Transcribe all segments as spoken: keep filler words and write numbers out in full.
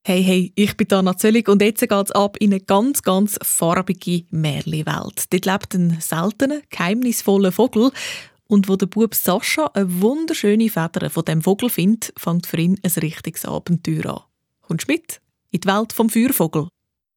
Hey, hey, ich bin Anna Zöllig und jetzt geht es ab in eine ganz, ganz farbige Märchenwelt. Dort lebt ein seltener, geheimnisvoller Vogel. Und wo der Bub Sascha eine wunderschöne Feder von diesem Vogel findet, fängt für ihn ein richtiges Abenteuer an. Kommst du mit in die Welt vom Feuervogel?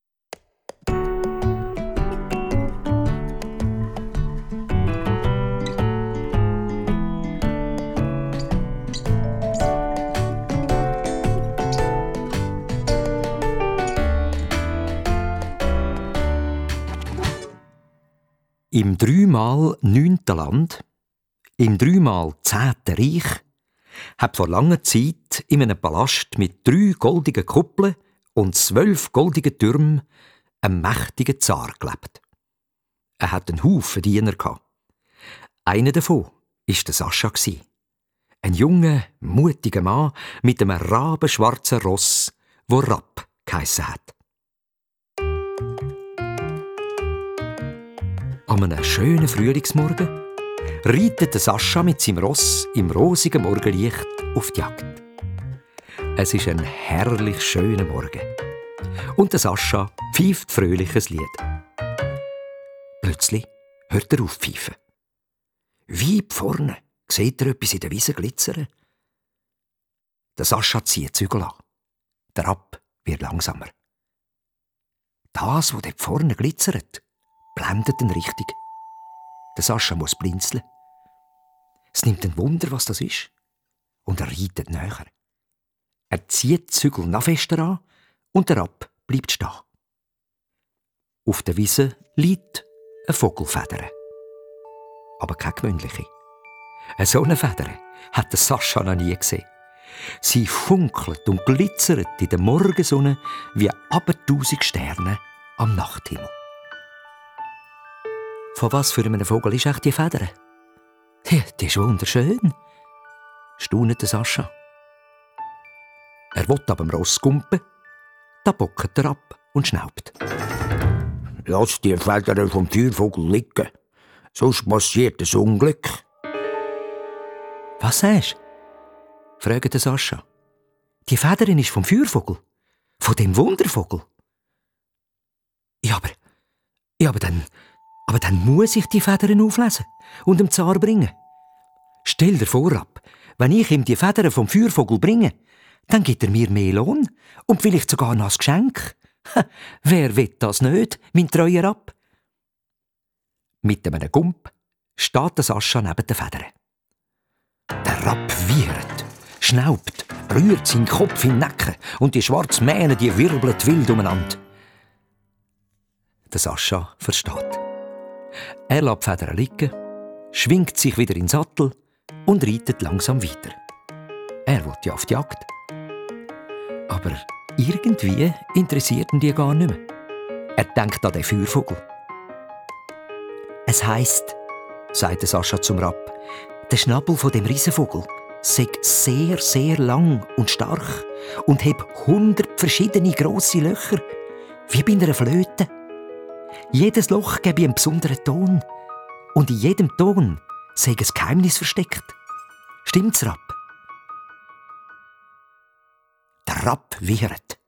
Im dreimal neunten Land, im dreimal zehnten Reich, hat vor langer Zeit in einem Palast mit drei goldigen Kuppeln und zwölf goldigen Türmen ein mächtiger Zar gelebt. Er hatte einen Haufen Diener. Einer davon war der Sascha. Ein junger, mutiger Mann mit einem rabenschwarzen Ross, wo Rapp geheissen hat. An einem schönen Frühlingsmorgen reitet der Sascha mit seinem Ross im rosigen Morgenlicht auf die Jagd. Es ist ein herrlich schöner Morgen. Und der Sascha pfeift fröhliches Lied. Plötzlich hört er auf pfeifen. Weit vorne sieht er etwas in der Wiese glitzern. Der Sascha zieht die Zügel an. Der Rapp wird langsamer. Das, was dort vorne glitzert, blendet ihn richtig. Der Sascha muss blinzeln. Es nimmt ein Wunder, was das ist. Und er reitet näher. Er zieht die Zügel noch fester an und der Rapp bleibt stehen. Auf der Wiese liegt eine Vogelfeder. Aber keine gewöhnliche. Eine so eine Feder hat der Sascha noch nie gesehen. Sie funkelt und glitzert in der Morgensonne wie abertausend Sterne am Nachthimmel. Von was für einem Vogel ist echt die Feder? Ja, die ist wunderschön, staunet der Sascha. Er will ab dem Ross gumpen, da bockt er ab und schnaubt. Lass die Federn vom Feuervogel liegen, sonst passiert ein Unglück. Was sagst du? Fragt der Sascha. Die Feder ist vom Feuervogel, von dem Wundervogel. Ja, aber, ja, aber dann... Aber dann muss ich die Federn auflesen und dem Zar bringen. Stell dir vor, Rapp, wenn ich ihm die Federn vom Feuervogel bringe, dann gibt er mir mehr Lohn und vielleicht sogar noch ein Geschenk. Wer will das nicht, mein treuer Rapp? Mit einem Gump steht der Sascha neben den Federn. Der Rapp wiehert, schnaubt, rührt seinen Kopf in den Nacken und die schwarzen Mähne, die wirbeln wild umeinander. Der Sascha versteht. Er lässt die Federn liegen, schwingt sich wieder in den Sattel und reitet langsam weiter. Er will ja auf die Jagd. Aber irgendwie interessiert ihn die gar nicht mehr. Er denkt an den Feuervogel. Es heisst, sagt Sascha zum Rapp, der Schnabel von dem Riesenvogel sei sehr, sehr lang und stark und hat hundert verschiedene grosse Löcher, wie bei einer Flöte. Jedes Loch gebe einen besonderen Ton. Und in jedem Ton sei ein Geheimnis versteckt. Stimmt's, Rapp? Der Rapp wiehert.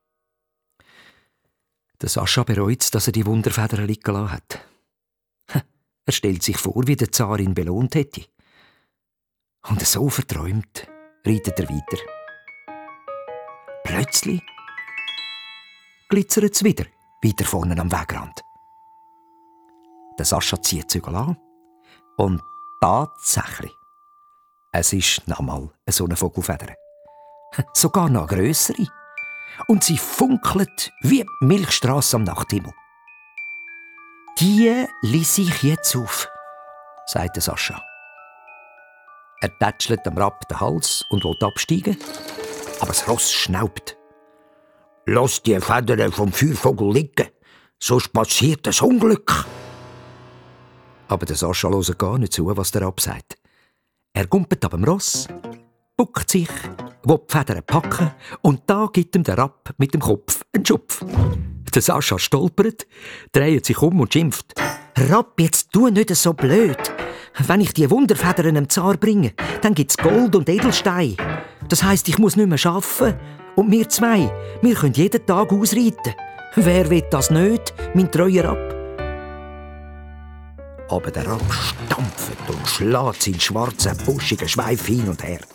Der Sascha bereut, dass er die Wunderfedern liegen lassen hat. Er stellt sich vor, wie der Zar ihn belohnt hätte. Und so verträumt reitet er weiter. Plötzlich glitzert es wieder, weiter vorne am Wegrand. Der Sascha zieht die Zügel an und tatsächlich, es ist nochmal so eine Vogelfeder. Sogar noch eine grössere. Und sie funkelt wie die Milchstrasse am Nachthimmel. Die lese ich jetzt auf, sagt der Sascha. Er tätschelt dem Rapp den Hals und will absteigen, aber das Ross schnaubt. Lass die Federn vom Feuervogel liegen, sonst passiert ein Unglück. Aber der Sascha hört gar nicht zu, was der Rapp sagt. Er gumpet ab dem Ross, buckt sich, will die Federn packen und da gibt ihm der Rapp mit dem Kopf einen Schupf. Der Sascha stolpert, dreht sich um und schimpft. «Rapp, jetzt tu nicht so blöd. Wenn ich die Wunderfedern dem Zar bringe, dann gibt's Gold und Edelstein. Das heisst, ich muss nicht mehr arbeiten Und wir zwei, wir können jeden Tag ausreiten. Wer will das nicht, mein treuer Rapp? Aber der Rapp stampft und schlägt seinen schwarzen, buschigen Schweif hin und her.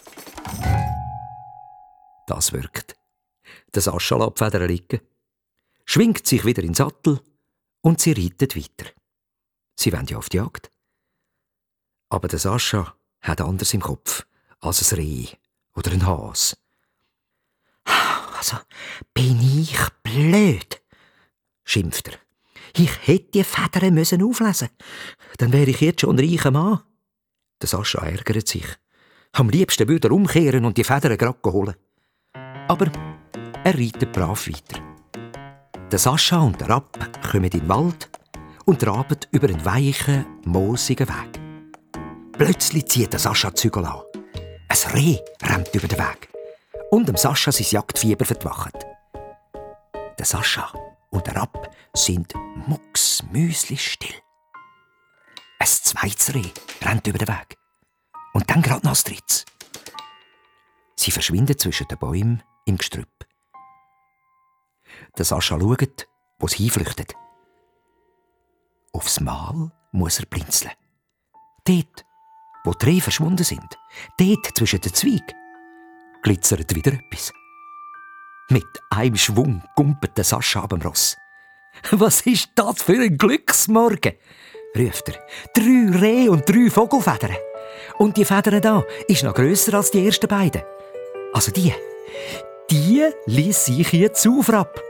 Das wirkt. Der Sascha lässt die Federn liegen, schwingt sich wieder in den Sattel und sie reitet weiter. Sie wollen ja auf die Jagd. Aber der Sascha hat anders im Kopf als ein Reh oder ein Hase. Also, bin ich blöd, schimpft er. Ich hätte die Federn müssen auflesen. Dann wäre ich jetzt schon ein reicher Mann. Der Sascha ärgert sich. Am liebsten würde er umkehren und die Federn gerade holen. Aber er reitet brav weiter. Der Sascha und der Rapp kommen in den Wald und traben über einen weichen, moosigen Weg. Plötzlich zieht der Sascha die Zügel an. Ein Reh rennt über den Weg. Und dem Sascha sein Jagdfieber verwacht. Der Sascha und der Rapp sind mucksmüsli-still. Ein zweites Reh rennt über den Weg. Und dann gerade noch ein drittes. Sie verschwinden zwischen den Bäumen im Gestrüpp. Der Sascha schaut, wo sie hinflüchtet. Aufs Mal muss er blinzeln. Dort, wo die Rehe verschwunden sind, dort zwischen den Zweigen, glitzert wieder etwas. Mit einem Schwung gumpet der Sascha ab dem Ross. «Was ist das für ein Glücksmorgen?» ruft er. «Drei Rehe und drei Vogelfedern. Und die Federn da ist noch grösser als die ersten beiden. Also die, die ließ sich jetzt aufrapp.»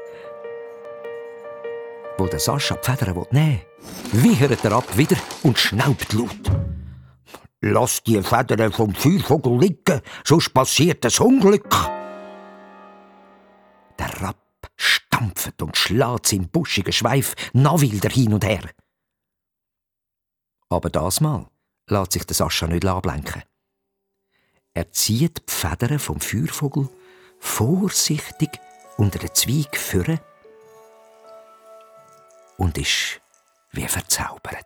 Wo der Sascha die Federn nehmen will, wiehert er ab wieder und schnaubt laut. «Lass die Federn vom Feuervogel liegen, sonst passiert ein Unglück!» Der Rapp stampft und schlägt seinen buschigen Schweif noch wilder hin und her. Aber das Mal lässt sich der Sascha nicht ablenken. Er zieht die Federn vom Feuervogel vorsichtig unter den Zweig führen und ist wie verzaubert.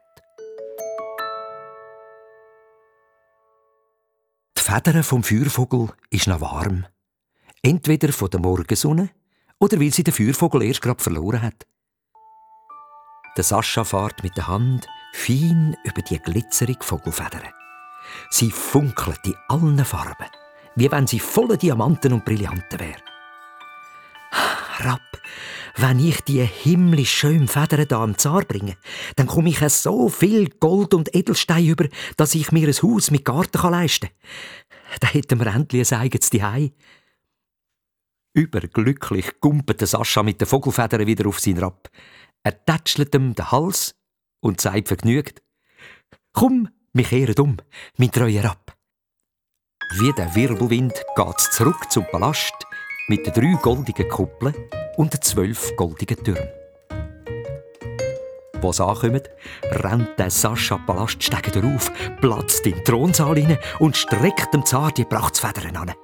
Die Federn vom Feuervogel ist noch warm. Entweder von der Morgensonne oder weil sie den Feuervogel erst gerade verloren hat. Der Sascha fährt mit der Hand fein über die glitzerige Vogelfedern. Sie funkelt in allen Farben, wie wenn sie voller Diamanten und Brillanten wäre. Rapp, wenn ich die himmlisch schönen Federn hier am Zar bringe, dann komme ich so viel Gold und Edelstein über, dass ich mir ein Haus mit Garten leisten kann. Dann hätten wir endlich ein eigenes Zuhause. Überglücklich gumpet der Sascha mit den Vogelfedern wieder auf seinen Rapp. Er tätschelt ihm den Hals und sagt vergnügt: «Komm, wir kehren um, mein treuer Rapp.» Wie der Wirbelwind geht's zurück zum Palast mit den drei goldigen Kuppeln und den zwölf goldigen Türmen. Wo sie ankommen, rennt der Sascha die Palaststege darauf, platzt in den Thronsaal hinein und streckt dem Zar die Prachtsfedern an.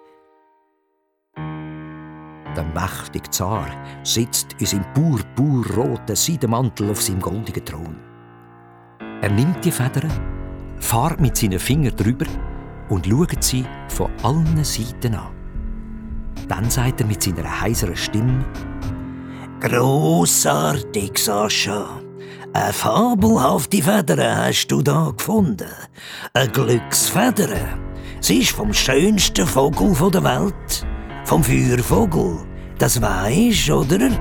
Der mächtige Zar sitzt in seinem purpurroten Seidenmantel auf seinem goldigen Thron. Er nimmt die Federn, fährt mit seinen Fingern drüber und schaut sie von allen Seiten an. Dann sagt er mit seiner heiseren Stimme: «Grossartig, Sascha! Eine fabelhafte Feder hast du da gefunden. Eine Glücksfeder. Sie ist vom schönsten Vogel der Welt. Vom Feuervogel. Das weisst, oder?»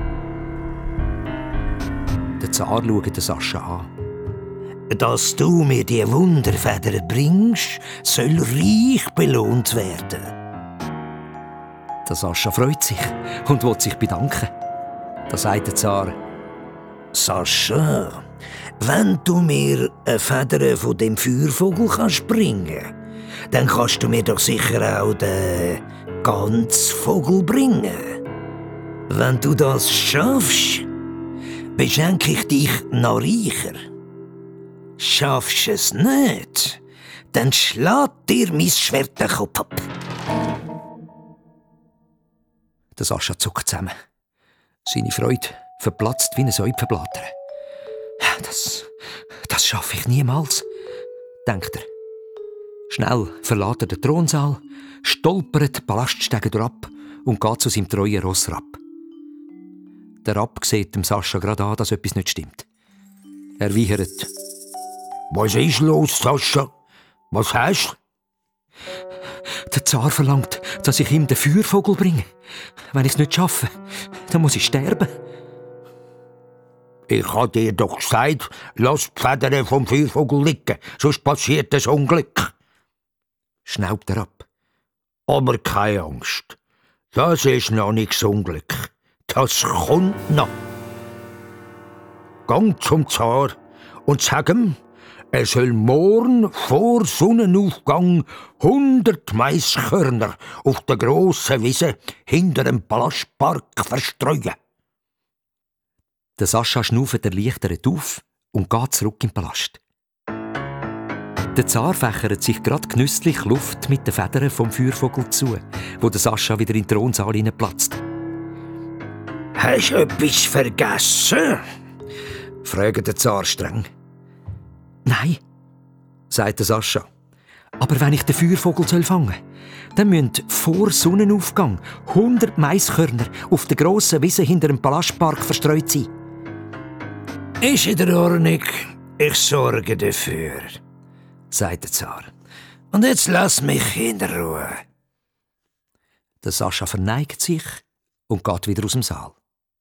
Der Zar schaut den Sascha an. «Dass du mir die Wunderfeder bringst, soll reich belohnt werden.» Der Sascha freut sich und will sich bedanken. Da sagt der Zar: «Sascha, wenn du mir eine Feder von dem Feuervogel kannst bringen, dann kannst du mir doch sicher auch den ganzen Vogel bringen. Wenn du das schaffst, beschenke ich dich noch reicher. Schaffst du es nicht, dann schlägt dir mein Schwert den Kopf ab.» Der Sascha zuckt zusammen. Seine Freude verplatzt wie ein Säupfenblatter. Das, das schaffe ich niemals, denkt er. Schnell verlässt er den Thronsaal, stolpert die Palaststege ab und geht zu seinem treuen Ross Rapp. Der Rapp sieht dem Sascha gerade an, dass etwas nicht stimmt. Er wiehert. Was ist los, Sascha? Was hast du? Der Zar verlangt, dass ich ihm den Feuervogel bringe. Wenn ich es nicht schaffe, dann muss ich sterben. Ich habe dir doch gesagt, lass die Federn vom Feuervogel liegen, sonst passiert ein Unglück. Schnaubt er ab. Aber keine Angst. Das ist noch nicht das Unglück. Das kommt noch. Gang zum Zar und sag ihm, er soll morgen vor Sonnenaufgang hundert Maiskörner auf der grossen Wiese hinter dem Palastpark verstreuen. Der Sascha schnauft erleichtert auf und geht zurück in den Palast. Der Zar fächert sich grad genüsslich Luft mit den Federn vom Feuervogel zu, wo der Sascha wieder in den Thronsaal hineinplatzt. Hast du etwas vergessen? Fragt der Zar streng. Nein, sagt der Sascha. Aber wenn ich den Feuervogel fangen soll, dann müssen vor Sonnenaufgang hundert Maiskörner auf der grossen Wiese hinter dem Palastpark verstreut sein. Ist in der Ordnung. Ich sorge dafür, sagt der Zar. Und jetzt lass mich in Ruhe. Der Sascha verneigt sich und geht wieder aus dem Saal.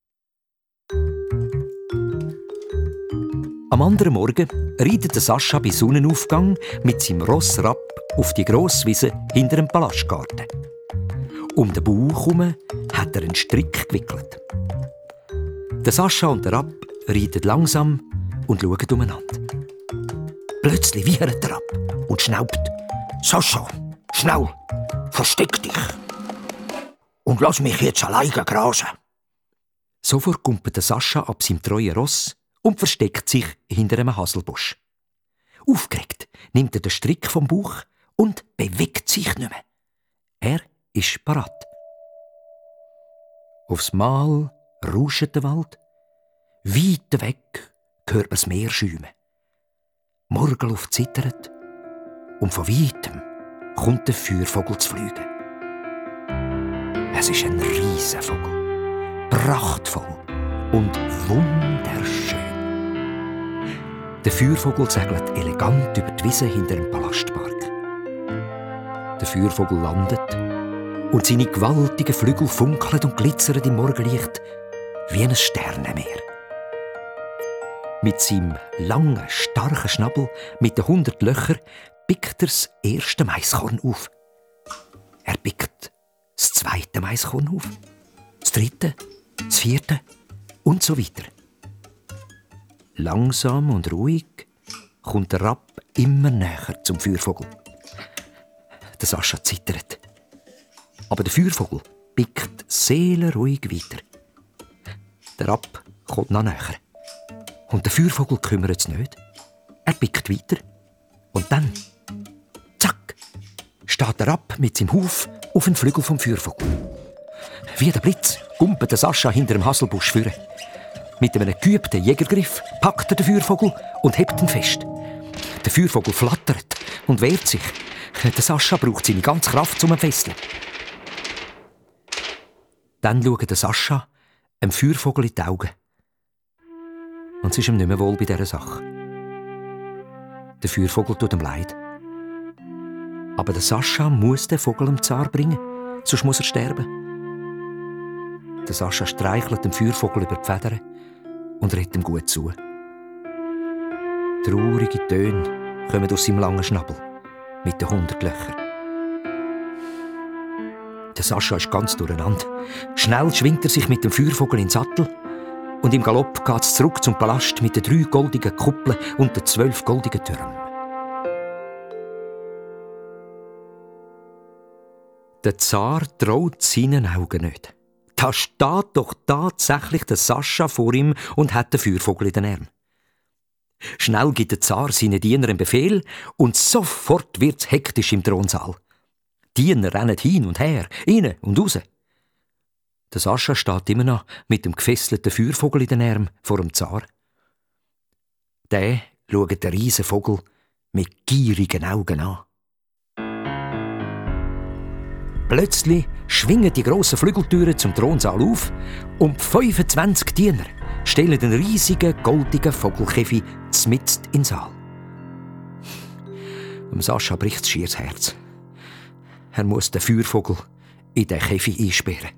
Am anderen Morgen reitet der Sascha bei Sonnenaufgang mit seinem Ross Rapp auf die grosse Wiese hinter dem Palastgarten. Um den Bauch herum hat er einen Strick gewickelt. Der Sascha und der Rapp reiten langsam und schauen umeinander. Plötzlich wiehert der Rapp und schnaubt. Sascha, schnell, versteck dich. Und lass mich jetzt alleine grasen. Sofort kumpelt der Sascha ab seinem treuen Ross und versteckt sich hinter einem Haselbusch. Aufgeregt nimmt er den Strick vom Bauch und bewegt sich nicht mehr. Er ist parat. Aufs Mal rauscht der Wald. Weit weg hört man das Meer schäumen. Morgenluft zittert und von weitem kommt der Feuervogel zu fliegen. Es ist ein Riesenvogel, prachtvoll und wunderschön. Der Feuervogel segelt elegant über die Wiese hinter dem Palastpark. Der Feuervogel landet und seine gewaltigen Flügel funkeln und glitzern im Morgenlicht wie ein Sternenmeer. Mit seinem langen, starken Schnabel mit den hundert Löchern pickt er das erste Maiskorn auf. Er pickt das zweite Maiskorn auf, das dritte, das vierte und so weiter. Langsam und ruhig kommt der Rapp immer näher zum Feuervogel. Der Sascha zittert. Aber der Feuervogel pickt seelenruhig weiter. Der Rapp kommt noch näher. Und der Feuervogel kümmert es nicht. Er pickt weiter. Und dann, zack, steht der Rapp mit seinem Huf auf den Flügel vom Feuervogel. Wie der Blitz kumpelt der Sascha hinter dem Haselbusch führen. Mit einem geübten Jägergriff packt er den Feuervogel und hebt ihn fest. Der Feuervogel flattert und wehrt sich. Der Sascha braucht seine ganze Kraft zum Fesseln. Dann schaut der Sascha dem Feuervogel in die Augen. Und es ist ihm nicht mehr wohl bei dieser Sache. Der Feuervogel tut ihm leid. Aber der Sascha muss den Vogel dem Zar bringen, sonst muss er sterben. Der Sascha streichelt dem Feuervogel über die Federn und redet ihm gut zu. Traurige Töne kommen aus seinem langen Schnabel mit den hundert Löchern. Der Sascha ist ganz durcheinander. Schnell schwingt er sich mit dem Feuervogel in den Sattel und im Galopp geht es zurück zum Palast mit den drei goldigen Kuppeln und den zwölf goldigen Türmen. Der Zar traut seinen Augen nicht. Da steht doch tatsächlich der Sascha vor ihm und hat den Feuervogel in den Armen. Schnell gibt der Zar seinen Dienern einen Befehl und sofort wird's hektisch im Thronsaal. Die Diener rennen hin und her, rein und raus. Der Sascha steht immer noch mit dem gefesselten Feuervogel in den Armen vor dem Zar. Der schaut den Riesenvogel mit gierigen Augen an. Plötzlich schwingen die grossen Flügeltüren zum Thronsaal auf und fünfundzwanzig Diener stellen den riesigen, goldigen Vogelkäfig mitten in den Saal. Dem Sascha bricht schier das Herz. Er muss den Feuervogel in den Käfig einsperren.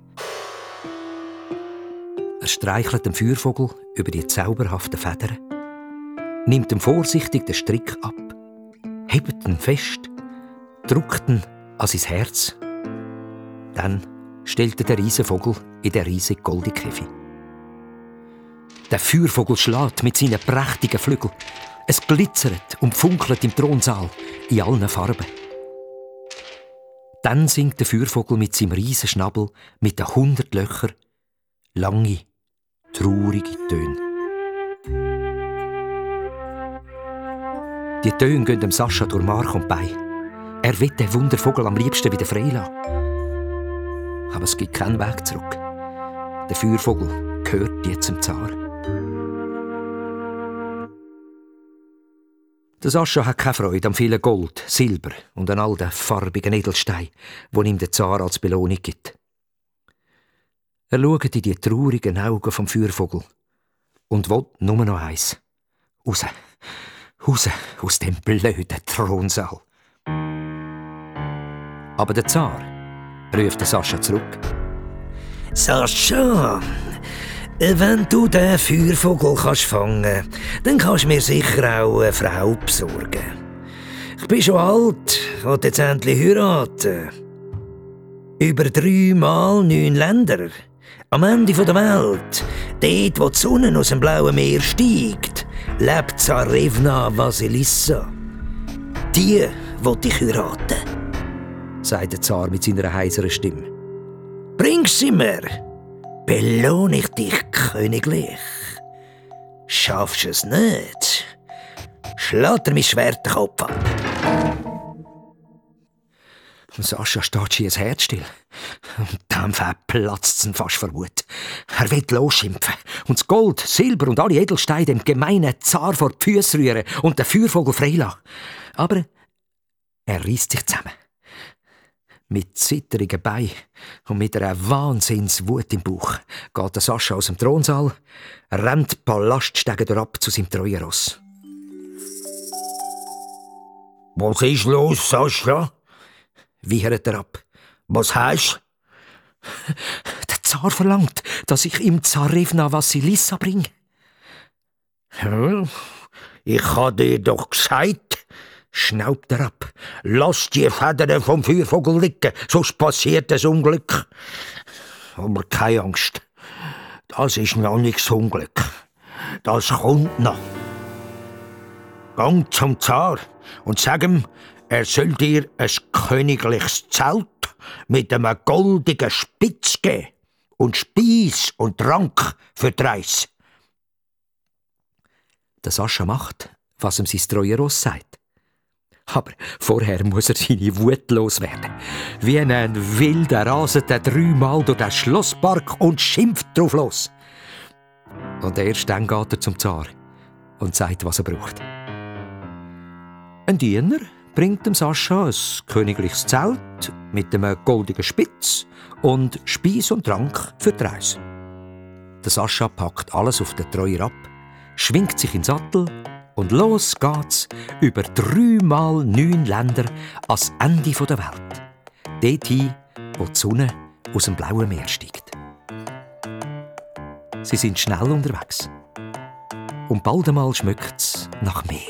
Er streichelt dem Feuervogel über die zauberhaften Federn, nimmt ihm vorsichtig den Strick ab, hebt ihn fest, drückt ihn an sein Herz. Dann stellt er den Riesenvogel in den riesigen goldenen Käfig. Der Feuervogel schlägt mit seinen prächtigen Flügeln. Es glitzert und funkelt im Thronsaal in allen Farben. Dann singt der Feuervogel mit seinem riesen Schnabel mit den hundert Löchern lange, traurige Töne. Die Töne gehen dem Sascha durch Mark und Bein. Er will den Wundervogel am liebsten wieder freilassen. Aber es gibt keinen Weg zurück. Der Feuervogel gehört jetzt zum Zar. Der Sascha hat keine Freude am vielen Gold, Silber und an all den farbigen Edelsteinen, die ihm der Zar als Belohnung gibt. Er schaut in die traurigen Augen vom Feuervogel und will nur noch eins. Raus, raus aus dem blöden Thronsaal. Aber der Zar ruft den Sascha zurück. Sascha, wenn du den Feuervogel kannst fangen, dann kannst du mir sicher auch eine Frau besorgen. Ich bin schon alt, will jetzt endlich heiraten. Über drei Mal neun Länder. Am Ende der Welt, dort wo die Sonne aus dem blauen Meer steigt, lebt Zarevna Vasilissa. Die will ich heiraten, sagt der Zar mit seiner heiseren Stimme. Bring sie mir, belohne ich dich königlich. Schaffst du es nicht, schlägt er mein Schwert den Kopf ab. Sascha steht schier das Herz still. Und dann platzt es ihn fast vor Wut. Er will losschimpfen und das Gold, Silber und alle Edelsteine dem gemeinen Zar vor die Füße rühren und den Feuervogel freilassen. Aber er reißt sich zusammen. Mit zittrigen Beinen und mit einer Wahnsinnswut im Bauch geht der Sascha aus dem Thronsaal, rennt die Palaststege ab zu seinem treuen Ross. Was ist los, Sascha? Wiehert er ab. Was heisst? Der Zar verlangt, dass ich ihm Zarevna Vasilissa bringe. Ja, ich habe dir doch gesagt, schnaubt er ab. Lass die Federn vom Feuervogel liegen, sonst passiert ein Unglück. Aber keine Angst, das ist noch nicht das Unglück. Das kommt noch. Gang zum Zar und sag ihm, er soll dir ein königliches Zelt mit einem goldigen Spitz geben und Speis und Trank für die Reise. Der Sascha macht, was ihm sein treuer Ross sagt. Aber vorher muss er seine Wut loswerden. Wie ein Wilder raset er dreimal durch den Schlosspark und schimpft drauf los. Und erst dann geht er zum Zar und sagt, was er braucht. Ein Diener bringt dem Sascha ein königliches Zelt mit einem goldigen Spitz und Speis und Trank für die Reise. Der Sascha packt alles auf den Treuer ab, schwingt sich in den Sattel und los geht's über dreimal neun Länder ans Ende der Welt. Dorthin, wo die Sonne aus dem blauen Meer steigt. Sie sind schnell unterwegs. Und bald einmal schmeckt's nach Meer.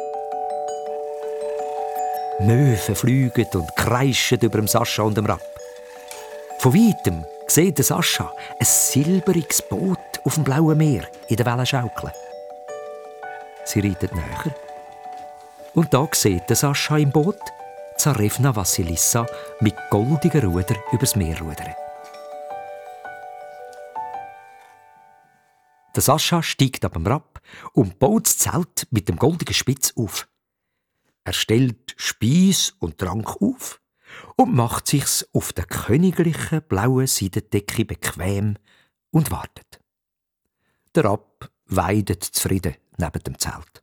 Möwen fliegen und kreischen über dem Sascha und dem Rapp. Von weitem sieht der Sascha ein silberiges Boot auf dem blauen Meer in den Wellen schaukeln. Sie reitet näher. Und da sieht der Sascha im Boot Zarevna Vasilissa mit goldigen Ruder übers Meer rudern. Der Sascha steigt ab dem Rapp und baut das Zelt mit dem goldigen Spitz auf. Er stellt Speis und Trank auf und macht sich's auf der königlichen blauen Seidendecke bequem und wartet. Der Rapp weidet zufrieden neben dem Zelt.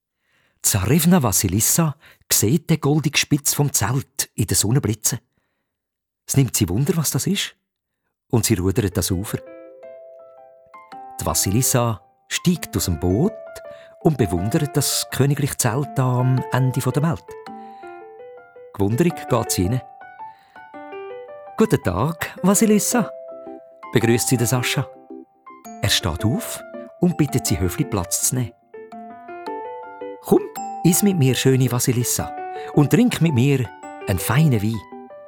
Zarevna Vasilissa sieht den goldigen Spitz vom Zelt in der Sonne blitzen. Es nimmt sie Wunder, was das ist, und sie rudert das Ufer. Die Vasilissa steigt aus dem Boot und bewundert das königliche Zelt da am Ende der Welt. Gewunderig geht sie rein. «Guten Tag, Vasilissa», begrüßt sie den Sascha. Er steht auf und bittet sie höflich Platz zu nehmen. «Komm, iss mit mir, schöne Vasilissa, und trink mit mir einen feinen Wein.»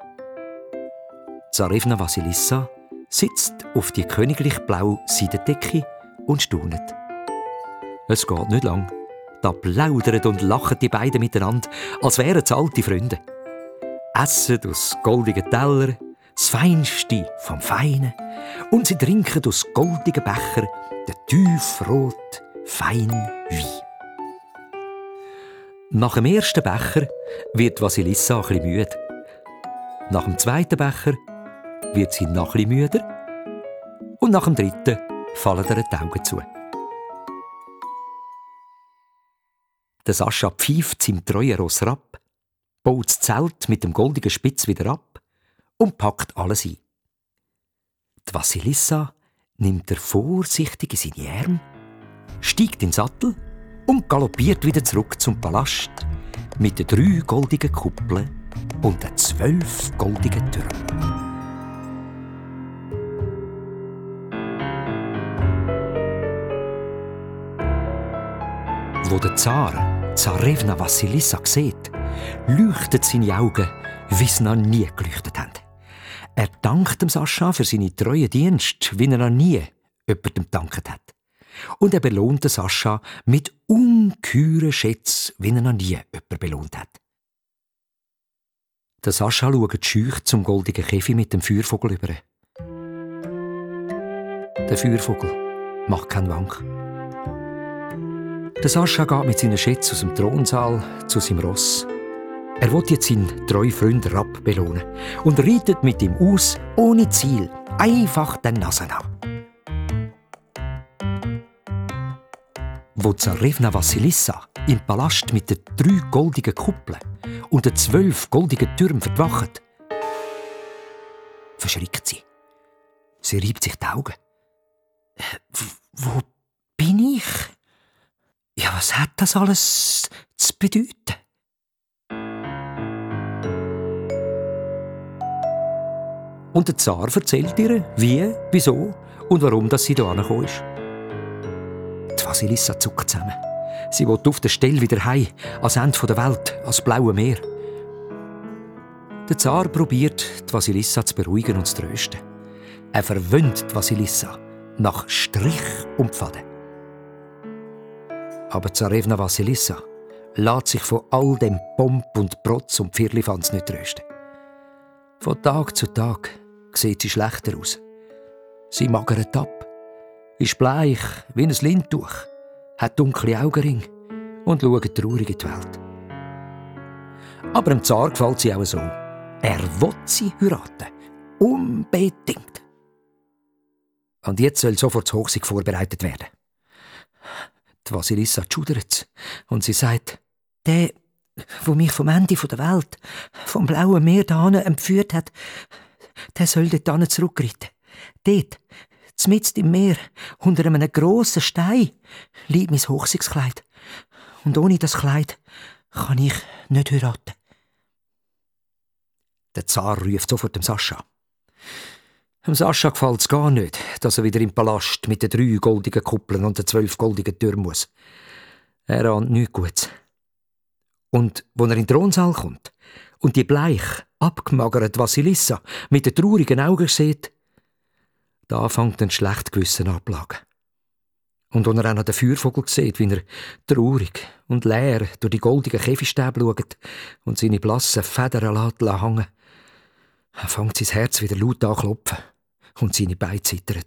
Zarevna Vasilissa sitzt auf die königlich blaue Seidendecke und staunet. Es geht nicht lang. Da plaudern und lachen die beiden miteinander, als wären es alte Freunde. Essen aus goldigen Teller, das Feinste vom Feinen, und sie trinken aus goldigen Becher den tiefrot feinen Wein. Nach dem ersten Becher wird Vasilissa ein bisschen müde. Nach dem zweiten Becher wird sie noch ein bisschen müder. Und nach dem dritten fallen ihr die Augen zu. Der Sascha pfeift seinem treuen Ross Rapp, baut das Zelt mit dem goldigen Spitz wieder ab und packt alles ein. Die Vasilissa nimmt er vorsichtig in seine Arme, steigt in den Sattel und galoppiert wieder zurück zum Palast mit den drei goldigen Kuppeln und den zwölf goldigen Türmen. Wo der Zar Zarevna Vasilissa sieht, leuchten seine Augen, wie sie noch nie geleuchtet haben. Er dankt dem Sascha für seine treuen Dienste, wie er noch nie jemandem gedankt hat. Und er belohnt den Sascha mit ungeheuren Schätzen, wie er noch nie jemanden belohnt hat. Der Sascha schaut schüch zum goldigen Käfig mit dem Feuervogel über. Der Feuervogel macht keinen Wank. Der Sascha geht mit seinen Schätzen aus dem Thronsaal zu seinem Ross. Er will jetzt seinen treuen Freund Rapp belohnen und reitet mit ihm aus, ohne Ziel, einfach den Nasen an. Wo Zarevna Vasilissa im Palast mit den drei goldigen Kuppeln und den zwölf goldigen Türmen verwacht, verschrickt sie. Sie reibt sich die Augen. Äh, wo bin ich? Ja, was hat das alles zu bedeuten? Und der Zar erzählt ihr, wie, wieso und warum dass sie hierher gekommen ist. Die Vasilissa zuckt zusammen. Sie will auf der Stelle wieder heim, ans Ende der Welt, ans blaue Meer. Der Zar probiert, die Vasilissa zu beruhigen und zu trösten. Er verwöhnt die Vasilissa nach Strich und Faden. Aber Zarevna Vasilissa lässt sich von all dem Pomp und Protz und Firlefanz nicht trösten. Von Tag zu Tag sieht sie schlechter aus. Sie magert ab, ist bleich wie ein Lindtuch, hat dunkle Augenringe und schaut traurig in die Welt. Aber dem Zar gefällt sie auch so. Er will sie heiraten. Unbedingt. Und jetzt soll sofort das Hochzeit vorbereitet werden. Die Vasilissa schudert und sie sagt, der, der mich vom Ende der Welt, vom blauen Meer dahin entführt hat, der soll dort zurückreiten. Dort, mitten im Meer, unter einem grossen Stein, liegt mein Hochzeitskleid. Und ohne das Kleid kann ich nicht heiraten. Der Zar ruft sofort dem Sascha. Dem Sascha gefällt es gar nicht, dass er wieder im Palast mit den drei goldigen Kuppeln und den zwölf goldigen Türmen muss. Er ahnt nichts Gutes. Und als er in den Thronsaal kommt und die bleich, abgemagerte Vasilissa mit den traurigen Augen sieht, da fängt ein schlechtes Gewissen an zu plagen. Und als er auch noch den Feuervogel sieht, wie er traurig und leer durch die goldigen Käfigstäbe schaut und seine blassen Federn lässt hängen, fängt sein Herz wieder laut an zu klopfen und seine Beine zittern.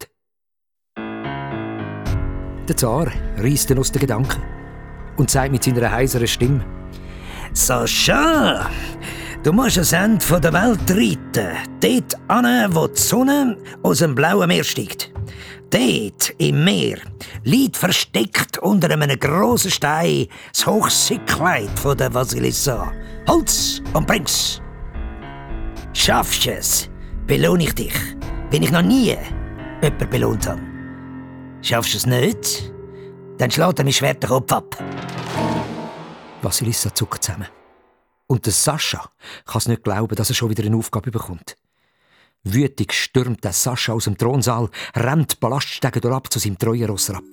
Der Zar reisst ihn aus den Gedanken und sagt mit seiner heiseren Stimme: «Sascha, du musst ans Ende der Welt reiten, dort hin, wo die Sonne aus dem blauen Meer steigt. Dort im Meer liegt versteckt unter einem grossen Stein das Hochzeitskleid der Vasilissa. Holz und bring's! Schaffst es, belohne ich dich, wenn ich noch nie jemanden belohnt habe. Schaffst du es nicht, dann schlägt er mir schwer den Kopf ab. Vasilissa zuckt zusammen. Und der Sascha kann es nicht glauben, dass er schon wieder eine Aufgabe bekommt. Wütig stürmt der Sascha aus dem Thronsaal, rennt Ballaststege durchab zu seinem treuen Ross Rapp.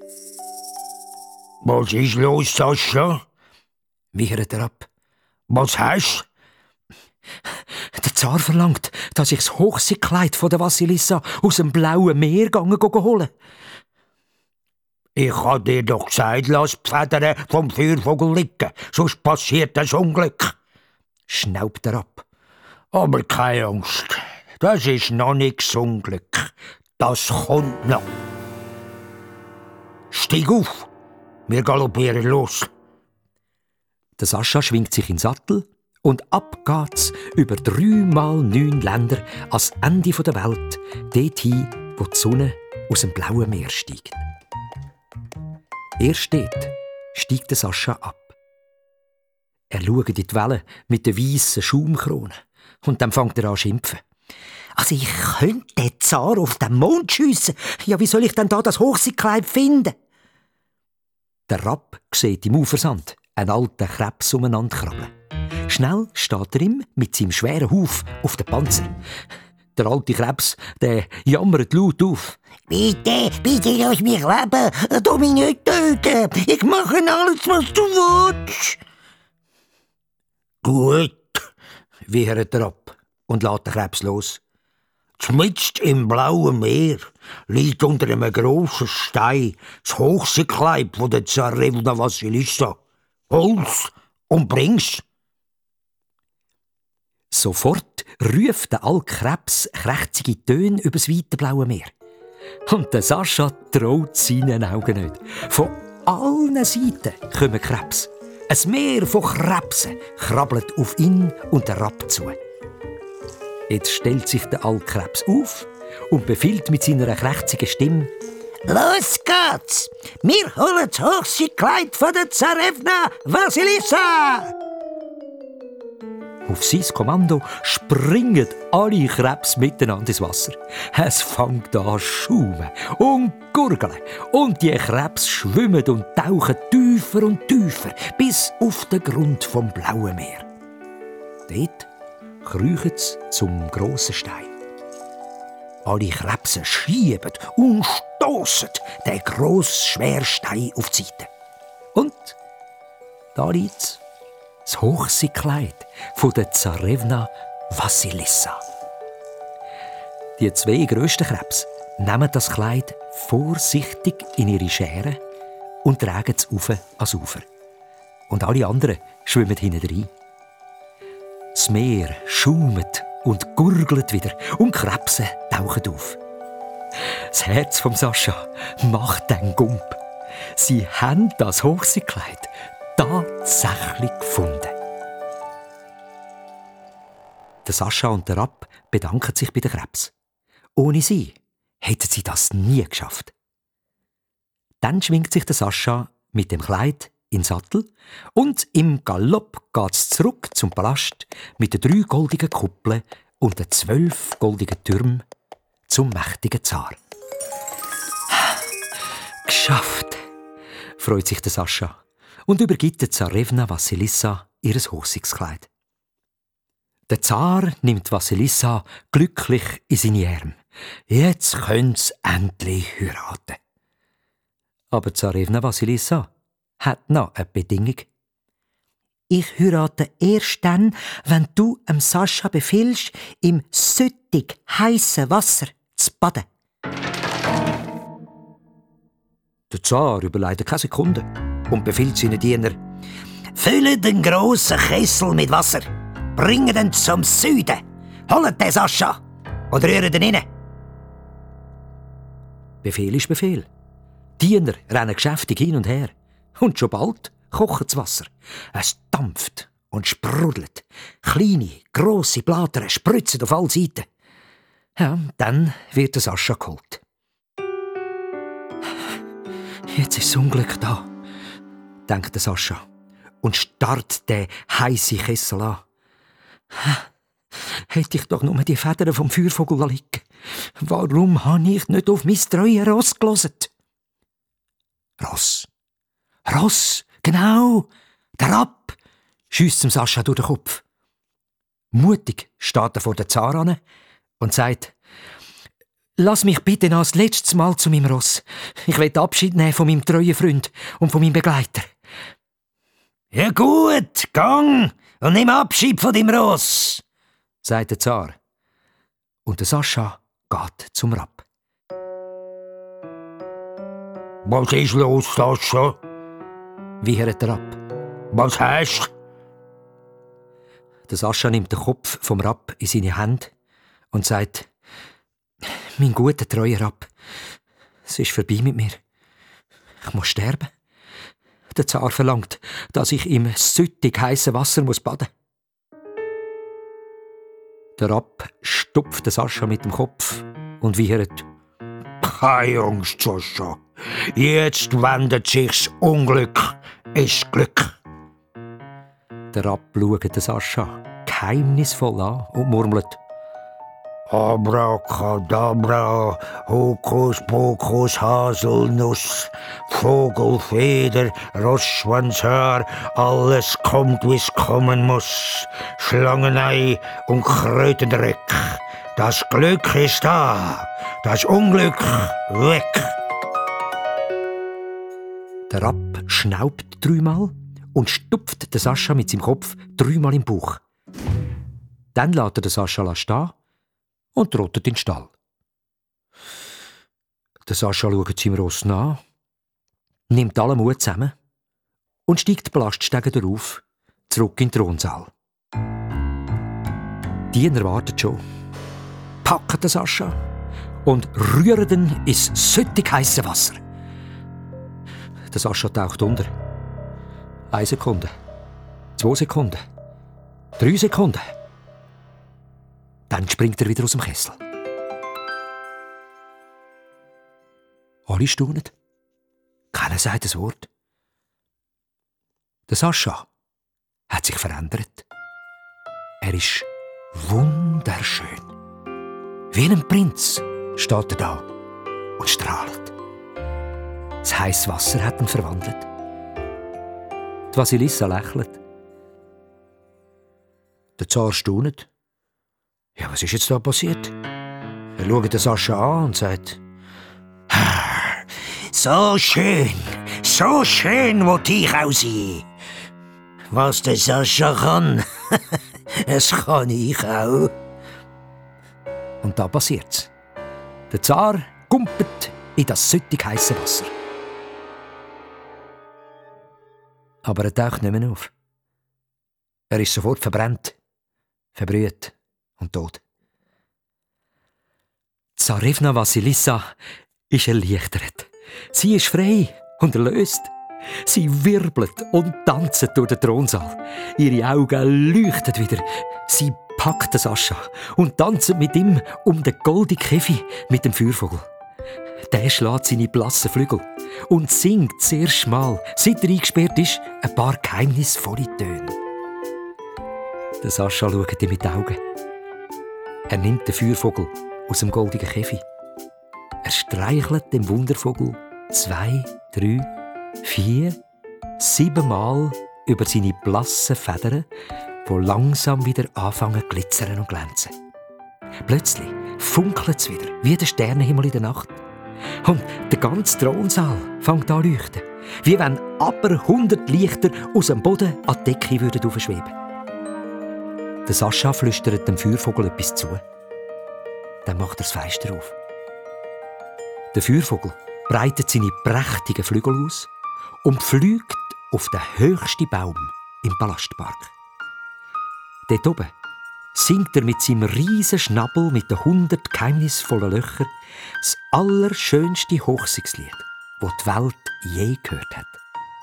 Was ist los, Sascha? Wiehert er ab. Was hast du? Der Zar verlangt, dass ich das Hochseekleid von der Vasilissa aus dem blauen Meer gegangen holen. Ich hab dir doch gesagt, lass die Federn vom Feuervogel liegen, sonst passiert das Unglück. Schnaubt er ab. Aber keine Angst, das ist noch nicht das Unglück. Das kommt noch. Steig auf, wir galoppieren los. Der Sascha schwingt sich in den Sattel und ab geht's über dreimal neun Länder ans Ende der Welt, dorthin, wo die Sonne aus dem blauen Meer steigt. Erst dort steigt der Sascha ab. Er schaut in die Wellen mit den weissen Schaumkronen und dann fängt er an zu schimpfen. Also ich könnte den Zar auf den Mond schiessen. Ja, wie soll ich denn da das Hochseekleid finden? Der Rapp sieht im Ufersand einen alten Krebs umeinander krabbeln. Schnell steht er ihm mit seinem schweren Huf auf den Panzer. Der alte Krebs, der jammert laut auf. Bitte, bitte lass mich leben. Du mich nicht töten. Ich mache alles, was du willst. Gut, Wiehert er ab und lässt den Krebs los. Zmitzt im blauen Meer liegt unter einem grossen Stein das Hochseekleid von der Zarewna Vasilissa. Hol's und bring's. Sofort ruft der alte Krebs krächzige Töne über das weite blaue Meer. Und der Sascha traut seinen Augen nicht. Von allen Seiten kommen Krebs. Ein Meer von Krebsen krabbelt auf ihn und den Rapp zu. Jetzt stellt sich der alte Krebs auf und befiehlt mit seiner krächzigen Stimme: Los geht's! Wir holen das Hochseekleid von der Zarewna Vasilissa! Auf sein Kommando springen alle Krebs miteinander ins Wasser. Es fängt an zu schaumen und gurgeln. Und die Krebs schwimmen und tauchen tiefer und tiefer bis auf den Grund vom blauen Meer. Dort kriechen sie zum grossen Stein. Alle Krebse schieben und stossen den grossen, schweren Stein auf die Seite. Und da liegt's. Das Hochseekleid von der Zarewna Vasilissa. Die zwei grössten Krebs nehmen das Kleid vorsichtig in ihre Schere und tragen es auf ans Ufer. Und alle anderen schwimmen hinten rein. Das Meer schaumt und gurgelt wieder und Krebse tauchen auf. Das Herz vom Sascha macht den Gump. Sie haben das Hochseekleid tatsächlich gefunden. Der Sascha und der Rapp bedanken sich bei den Krebs. Ohne sie hätten sie das nie geschafft. Dann schwingt sich der Sascha mit dem Kleid in den Sattel und im Galopp geht's zurück zum Palast mit den drei goldigen Kuppeln und den zwölf goldigen Türmen zum mächtigen Zar. Geschafft, freut sich der Sascha und übergibt der Zarewna Vasilissa ihr Hochseekleid. Der Zar nimmt Vasilissa glücklich in seine Arme. Jetzt könnt's endlich heiraten. Aber Zarewna Vasilissa hat noch eine Bedingung. Ich heirate erst dann, wenn du dem Sascha befiehlst, im süttig heissen Wasser zu baden. Der Zar überlegt keine Sekunde und befiehlt seinen Diener: Füllen den grossen Kessel mit Wasser, bringen den zum Süden, holen den Sascha oder rühren den rein. Befehl ist Befehl. Diener rennen geschäftig hin und her. Und schon bald kocht das Wasser. Es dampft und sprudelt. Kleine, grosse Blattern spritzen auf alle Seiten. Ja, dann wird der Sascha geholt. Jetzt ist das Unglück da, denkt der Sascha und starrt den heissen Kessel an. hätte ich doch nur die Federn vom Feuervogel liegen. Warum habe ich nicht auf mein treues Ross gehört? Ross. Ross, genau. Der Rapp, schiesst dem Sascha durch den Kopf. Mutig steht er vor der Zar und sagt: «Lass mich bitte noch das letzte Mal zu meinem Ross. Ich will Abschied nehmen von meinem treuen Freund und von meinem Begleiter.» «Ja gut, gang und nimm Abschied von deinem Ross», sagt der Zar. Und der Sascha geht zum Rapp. «Was ist los, Sascha?» wiehert der Rapp. «Was hast du?» Der Sascha nimmt den Kopf vom Rapp in seine Hände und sagt: «Mein guter, treuer Rapp, es ist vorbei mit mir. Ich muss sterben. Der Zar verlangt, dass ich im süttig heißen Wasser muss baden muss.» Der Rapp stupft den Sascha mit dem Kopf und wiehert: «Keine Angst, Sascha. Jetzt wendet sich's Unglück ins Glück.» Der Rapp schaut den Sascha geheimnisvoll an und murmelt: «Abracadabra, Hokus Pokus Haselnuss, Vogelfeder, Rossschwanzhaar, alles kommt, wie's kommen muss. Schlangenei und Krötendreck, das Glück ist da, das Unglück weg.» Der Rapp schnaubt dreimal und stupft den Sascha mit seinem Kopf dreimal im Bauch. Dann lässt er den Sascha stehen und trottet in den Stall. Der Sascha schaut seinem Ross nach, nimmt alle Mut zusammen und steigt die Balaststege darauf, zurück in den Thronsaal. Die Diener warten schon, packen den Sascha und rühren ihn ins süttig heisse Wasser. Der Sascha taucht unter. Eine Sekunde, zwei Sekunden, drei Sekunden. Dann springt er wieder aus dem Kessel. Alle staunen. Keiner sagt ein Wort. Der Sascha hat sich verändert. Er ist wunderschön. Wie ein Prinz steht er da und strahlt. Das heisse Wasser hat ihn verwandelt. Die Vasilissa lächelt. Der Zar staunt. Ja, was ist jetzt da passiert? Er schaut den Sascha an und sagt: «So schön, so schön wollte ich auch sein. Was der Sascha kann, das kann ich auch.» Und da passiert's. Der Zar kumpelt in das süttig heisse Wasser. Aber er taucht nicht mehr auf. Er ist sofort verbrannt, verbrüht und tot. Zarevna Vasilissa ist erleichtert. Sie ist frei und erlöst. Sie wirbelt und tanzt durch den Thronsaal. Ihre Augen leuchten wieder. Sie packt den Sascha und tanzt mit ihm um den goldenen Käfig mit dem Feuervogel. Der schlägt seine blassen Flügel und singt sehr schmal, seit er eingesperrt ist, ein paar geheimnisvolle Töne. Der Sascha schaut ihm mit den Augen. Er nimmt den Feuervogel aus dem goldenen Käfig. Er streichelt dem Wundervogel zwei, drei, vier, siebenmal über seine blassen Federn, die langsam wieder anfangen zu glitzern und glänzen. Plötzlich funkelt es wieder, wie der Sternenhimmel in der Nacht. Und der ganze Thronsaal fängt an zu leuchten, wie wenn aber hundert Lichter aus dem Boden an die Decke würden aufschweben. Der Sascha flüstert dem Feuervogel etwas zu. Dann macht er das Fenster auf. Der Feuervogel breitet seine prächtigen Flügel aus und fliegt auf den höchsten Baum im Palastpark. Dort oben singt er mit seinem riesen Schnabel mit den hundert geheimnisvollen Löchern das allerschönste Hochzeitslied, das die Welt je gehört hat.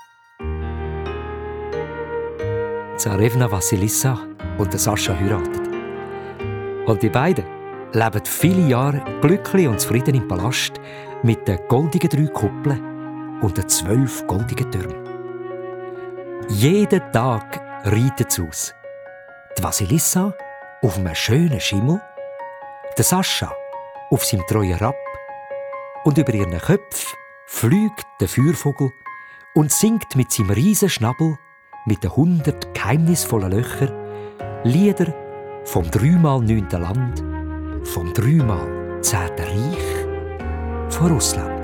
Zarevna Vasilissa und der Sascha heiraten. Und die beiden leben viele Jahre glücklich und zufrieden im Palast mit den goldigen drei Kuppeln und den zwölf goldigen Türmen. Jeden Tag reitet es aus. Die Vasilissa auf einem schönen Schimmel, der Sascha auf seinem treuen Rapp und über ihren Köpfen fliegt der Feuervogel und singt mit seinem riesen Schnabel mit den hundert geheimnisvollen Löchern Lieder vom dreimal neunten Land, vom dreimal zehnten Reich, von Russland.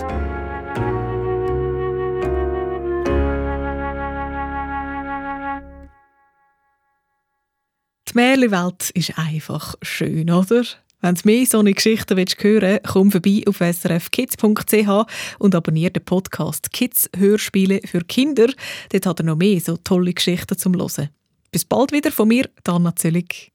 Die Märchenwelt ist einfach schön, oder? Wenn du mehr solche Geschichten hören willst, komm vorbei auf s r f kids punkt c h und abonniere den Podcast «Kids Hörspiele für Kinder». Dort hat er noch mehr so tolle Geschichten zum Hören. Bis bald wieder von mir, Anna Zöllig.